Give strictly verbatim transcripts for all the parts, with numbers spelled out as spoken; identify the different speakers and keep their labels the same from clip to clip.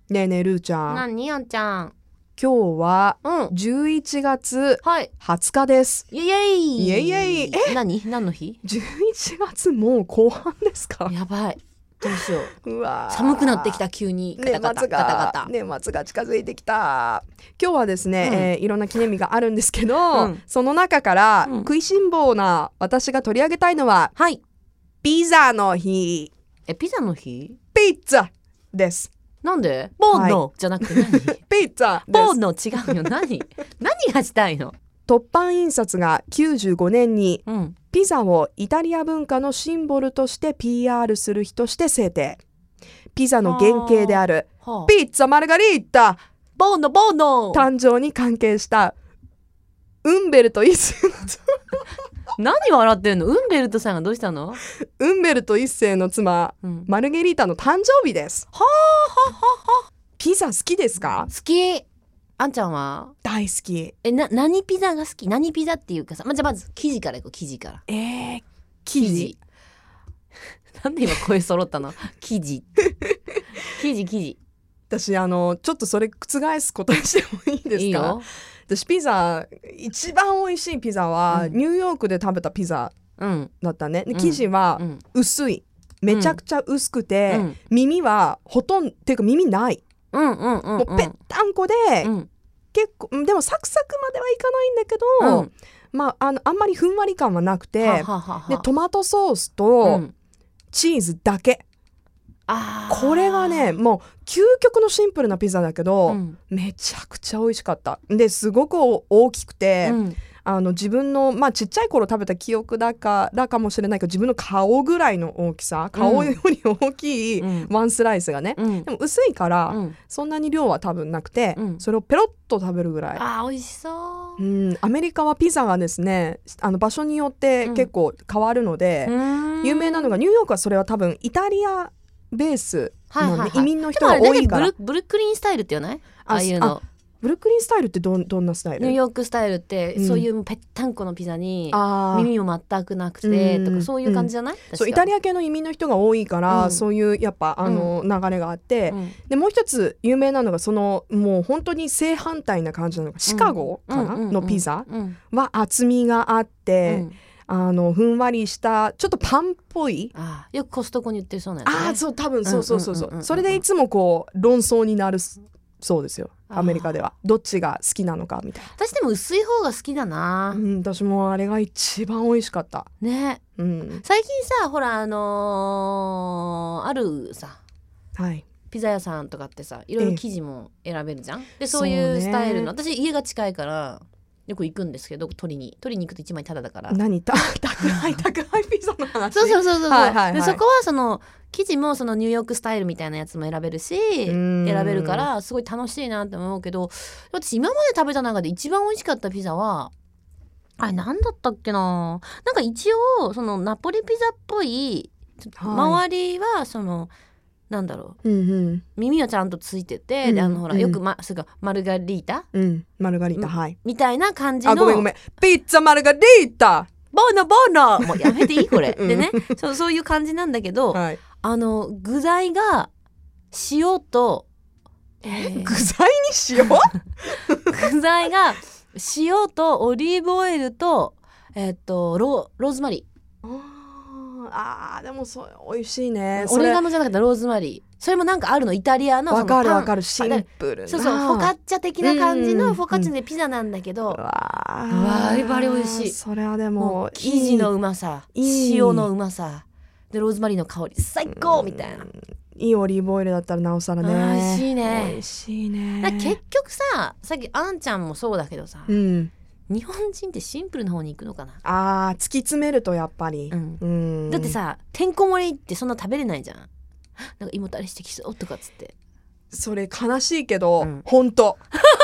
Speaker 1: ねえねえルーちゃん、
Speaker 2: 何あんちゃん。
Speaker 1: 今日は
Speaker 2: うん
Speaker 1: じゅういちがつ
Speaker 2: はい
Speaker 1: はつかです。
Speaker 2: イエイエイ
Speaker 1: イエイエイ
Speaker 2: え何何の日？
Speaker 1: じゅういちがつもう後半ですか？
Speaker 2: やばい、どうしよう。
Speaker 1: うわ
Speaker 2: 寒くなってきた。急に
Speaker 1: 年
Speaker 2: ガタ
Speaker 1: 末
Speaker 2: ガタガタガタ
Speaker 1: が年末が近づいてきた。今日はですね、
Speaker 2: うん
Speaker 1: えーいろんな記念日があるんですけど、
Speaker 2: うん
Speaker 1: その中から
Speaker 2: うん
Speaker 1: 食いしん坊な私が取り上げたいのは
Speaker 2: はい。
Speaker 1: ピザの日。
Speaker 2: えピザの日？
Speaker 1: ピッツァです。
Speaker 2: なんでボーノ、じゃなくて何？
Speaker 1: ピッツァです。
Speaker 2: ボーノ違うよ。何何がしたいの？
Speaker 1: 凸版印刷がきゅうじゅうごねんに
Speaker 2: うん
Speaker 1: ピザをイタリア文化のシンボルとして ピーアール する日として制定。ピザの原型である
Speaker 2: はあ、
Speaker 1: ピッツァマルガリータ
Speaker 2: ボーノボーノ
Speaker 1: 誕生に関係したウンベルト一世の
Speaker 2: 何笑ってんの？ウンベルトさんがどうしたの？
Speaker 1: ウンベルト一世の妻
Speaker 2: うん
Speaker 1: マルゲリータの誕生日です。
Speaker 2: はあははは
Speaker 1: ピザ好きですか？
Speaker 2: 好き。あんちゃんは？
Speaker 1: 大好き。
Speaker 2: えな何ピザが好き？何ピザっていうかさ、ま、じゃあまず生地からいこう。生地から。
Speaker 1: えー、生地
Speaker 2: なんで今声揃ったの？生地生地生地
Speaker 1: 私あのちょっとそれ覆すことにしてもいいですか？
Speaker 2: いいよ。
Speaker 1: 私ピザ一番美味しいピザは、
Speaker 2: うん
Speaker 1: ニューヨークで食べたピザ
Speaker 2: うん
Speaker 1: だったね。で
Speaker 2: うん
Speaker 1: 生地は
Speaker 2: うん
Speaker 1: 薄い、めちゃくちゃ薄くて、
Speaker 2: うん
Speaker 1: 耳はほとんどっていうか耳ない、
Speaker 2: うんうんうん
Speaker 1: もうぺったんこで、
Speaker 2: うん
Speaker 1: 結構でもサクサクまではいかないんだけど、
Speaker 2: うん
Speaker 1: まあ、あのあんまりふんわり感はなくて、
Speaker 2: はははは
Speaker 1: でトマトソース
Speaker 2: う
Speaker 1: と
Speaker 2: ん
Speaker 1: チーズだけ、
Speaker 2: あー
Speaker 1: これがねもう究極のシンプルなピザだけど、
Speaker 2: うん
Speaker 1: めちゃくちゃ美味しかった。ですごく大きくて、
Speaker 2: うん
Speaker 1: あの自分の、まあ、ちっちゃい頃食べた記憶だからかもしれないけど、自分の顔ぐらいの大きさ、顔より大きい
Speaker 2: うん
Speaker 1: ワンスライスがね、
Speaker 2: うん
Speaker 1: でも薄いから、
Speaker 2: うん
Speaker 1: そんなに量は多分なくて、
Speaker 2: うん
Speaker 1: それをペロッと食べるぐらい。
Speaker 2: あー美味しそう
Speaker 1: うん、アメリカはピザがですね、あの場所によって結構変わるので、有名なのがニューヨークはそれは多分イタリアベースの、ね、
Speaker 2: はいはいはい
Speaker 1: 移民の人が多いから。
Speaker 2: でもあれねブルブルックリンスタイルって言わない？ああいうの
Speaker 1: ブルックリンスタイルってどんどんなスタイル？
Speaker 2: ニューヨークスタイルって、
Speaker 1: うん
Speaker 2: そういうぺったんこのピザに
Speaker 1: あー
Speaker 2: 耳も全くなくてと
Speaker 1: うん
Speaker 2: かそういう感じじゃない？
Speaker 1: そうイタリ
Speaker 2: ア、
Speaker 1: ア系の移民の人が多いから、
Speaker 2: うん
Speaker 1: そういうやっぱあの、流れがあって、
Speaker 2: うん
Speaker 1: でもう一つ有名なのがそのもう本当に正反対な感じなのがシカゴかな、
Speaker 2: うんうんうん
Speaker 1: のピザ
Speaker 2: うん
Speaker 1: は厚みがあって、
Speaker 2: うん
Speaker 1: あのふんわりしたちょっとパンっぽい、
Speaker 2: あーよくコストコに売ってるそうなんやつね。
Speaker 1: ああそう多分そうそうそうそう,、
Speaker 2: うんうんうんうん
Speaker 1: それでいつもこう論争になるそうですよ、
Speaker 2: あー
Speaker 1: アメリカではどっちが好きなのかみたいな。
Speaker 2: 私でも薄い方が好きだな、
Speaker 1: うん、私もあれが一番美味しかった。
Speaker 2: ね。
Speaker 1: うん、
Speaker 2: 最近さほらあのーあるさ
Speaker 1: はい。
Speaker 2: ピザ屋さんとかってさいろいろ生地も選べるじゃん。でそうい
Speaker 1: そうね
Speaker 2: うスタイルの、私家が近いからよく行くんですけど、取りに取りに行くといちまいタダだから。
Speaker 1: 何た宅配宅配ピザの話。
Speaker 2: そうそうそうそうそう、
Speaker 1: はいはいはい
Speaker 2: でそこはその生地もそのニューヨークスタイルみたいなやつも選べるし
Speaker 1: ん
Speaker 2: 選べるからすごい楽しいなって思うけど、私今まで食べた中で一番美味しかったピザはあれ何だったっけな。なんか一応そのナポリピザっぽい、
Speaker 1: はい
Speaker 2: 周りはそのなんだろう
Speaker 1: うんうん
Speaker 2: 耳はちゃんとついてて、
Speaker 1: うん
Speaker 2: であのほら
Speaker 1: うん
Speaker 2: よく、ま、すぐマルガリータ
Speaker 1: うんマルガリータ、
Speaker 2: うん
Speaker 1: はい。
Speaker 2: みたいな感じの
Speaker 1: あごめんごめんピッツァマルガリータ。
Speaker 2: ボーノボーノもうやめていいこれ、
Speaker 1: うん
Speaker 2: でねそうそういう感じなんだけど、
Speaker 1: はい。
Speaker 2: あの具材が塩と、えー
Speaker 1: 具材に塩？
Speaker 2: 具材が塩とオリーブオイルとえっとロローズマリ
Speaker 1: あーでもそう美味しいね。
Speaker 2: ー、オレガノじゃなかったローズマリー、それもなんかあるのイタリアの
Speaker 1: わかるわ
Speaker 2: る
Speaker 1: かるシンプルな。
Speaker 2: そうそうフォカッチャ的な感じ
Speaker 1: うん
Speaker 2: のフォカッチャでピザなんだけど、
Speaker 1: うわ
Speaker 2: うわーバリ美味しい。
Speaker 1: それはで
Speaker 2: も
Speaker 1: も
Speaker 2: う生地のうまさ
Speaker 1: いい
Speaker 2: 塩のうまさでローズマリーの香り最高みたいな。
Speaker 1: いいオリーブオイルだったらなおさらね。
Speaker 2: 美味しいね
Speaker 1: 美味しいね。
Speaker 2: だから結局ささっきあんちゃんもそうだけどさ、
Speaker 1: うん。
Speaker 2: 日本人ってシンプルな方に行くのかな、
Speaker 1: あー突き詰めるとやっぱり。
Speaker 2: うん
Speaker 1: うん。
Speaker 2: だってさてんこ盛りってそんな食べれないじゃん。なんか胃もたれしてきそうとかっつって
Speaker 1: それ悲しいけど、
Speaker 2: うん
Speaker 1: 本当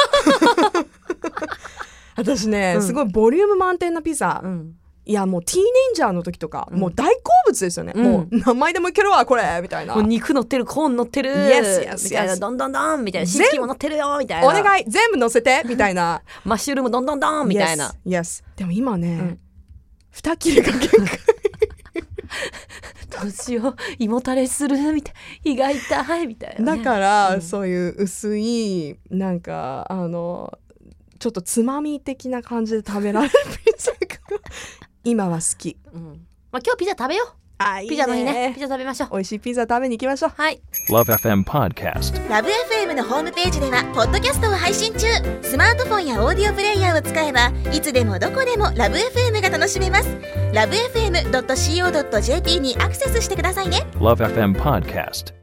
Speaker 1: 私ね、
Speaker 2: うん
Speaker 1: すごいボリューム満点なピザ、
Speaker 2: うん
Speaker 1: いやもうティーネイジャーの時とか、
Speaker 2: うん
Speaker 1: もう大好物ですよね、
Speaker 2: うん
Speaker 1: もう何枚でもいけるわこれみたいな。
Speaker 2: もう肉乗ってるコーン乗ってる
Speaker 1: Yes, yes,
Speaker 2: みたいな
Speaker 1: yes
Speaker 2: どんどんどんみたいな
Speaker 1: 全
Speaker 2: シーチキンも乗ってるよみたいな
Speaker 1: お願い全部乗せてみたいな
Speaker 2: マッシュルームどんどんどんみたいな、
Speaker 1: Yes, yes でも今ね、
Speaker 2: うん
Speaker 1: 二切れが限界
Speaker 2: どうしよう胃もたれするみたい胃が痛いみたいな、ね、
Speaker 1: だから、
Speaker 2: うん、
Speaker 1: そういう薄いなんかあのちょっとつまみ的な感じで食べられるピザが今は好き、
Speaker 2: うん、まあ、今日ピザ食べよう。
Speaker 1: あ、いいね、
Speaker 2: ピザの日ね。ピザ食べましょう。
Speaker 1: 美味しいピザ食べに行きましょう。
Speaker 2: はい。
Speaker 3: Love エフエム Podcast。
Speaker 4: ラブ エフエム のホームページではポッドキャストを配信中。スマートフォンやオーディオプレイヤーを使えばいつでもどこでもラブ エフエム が楽しめます。ラブ エフエムドットシーオードットジェーピー にアクセスしてくださいね。
Speaker 3: Love エフエム Podcast。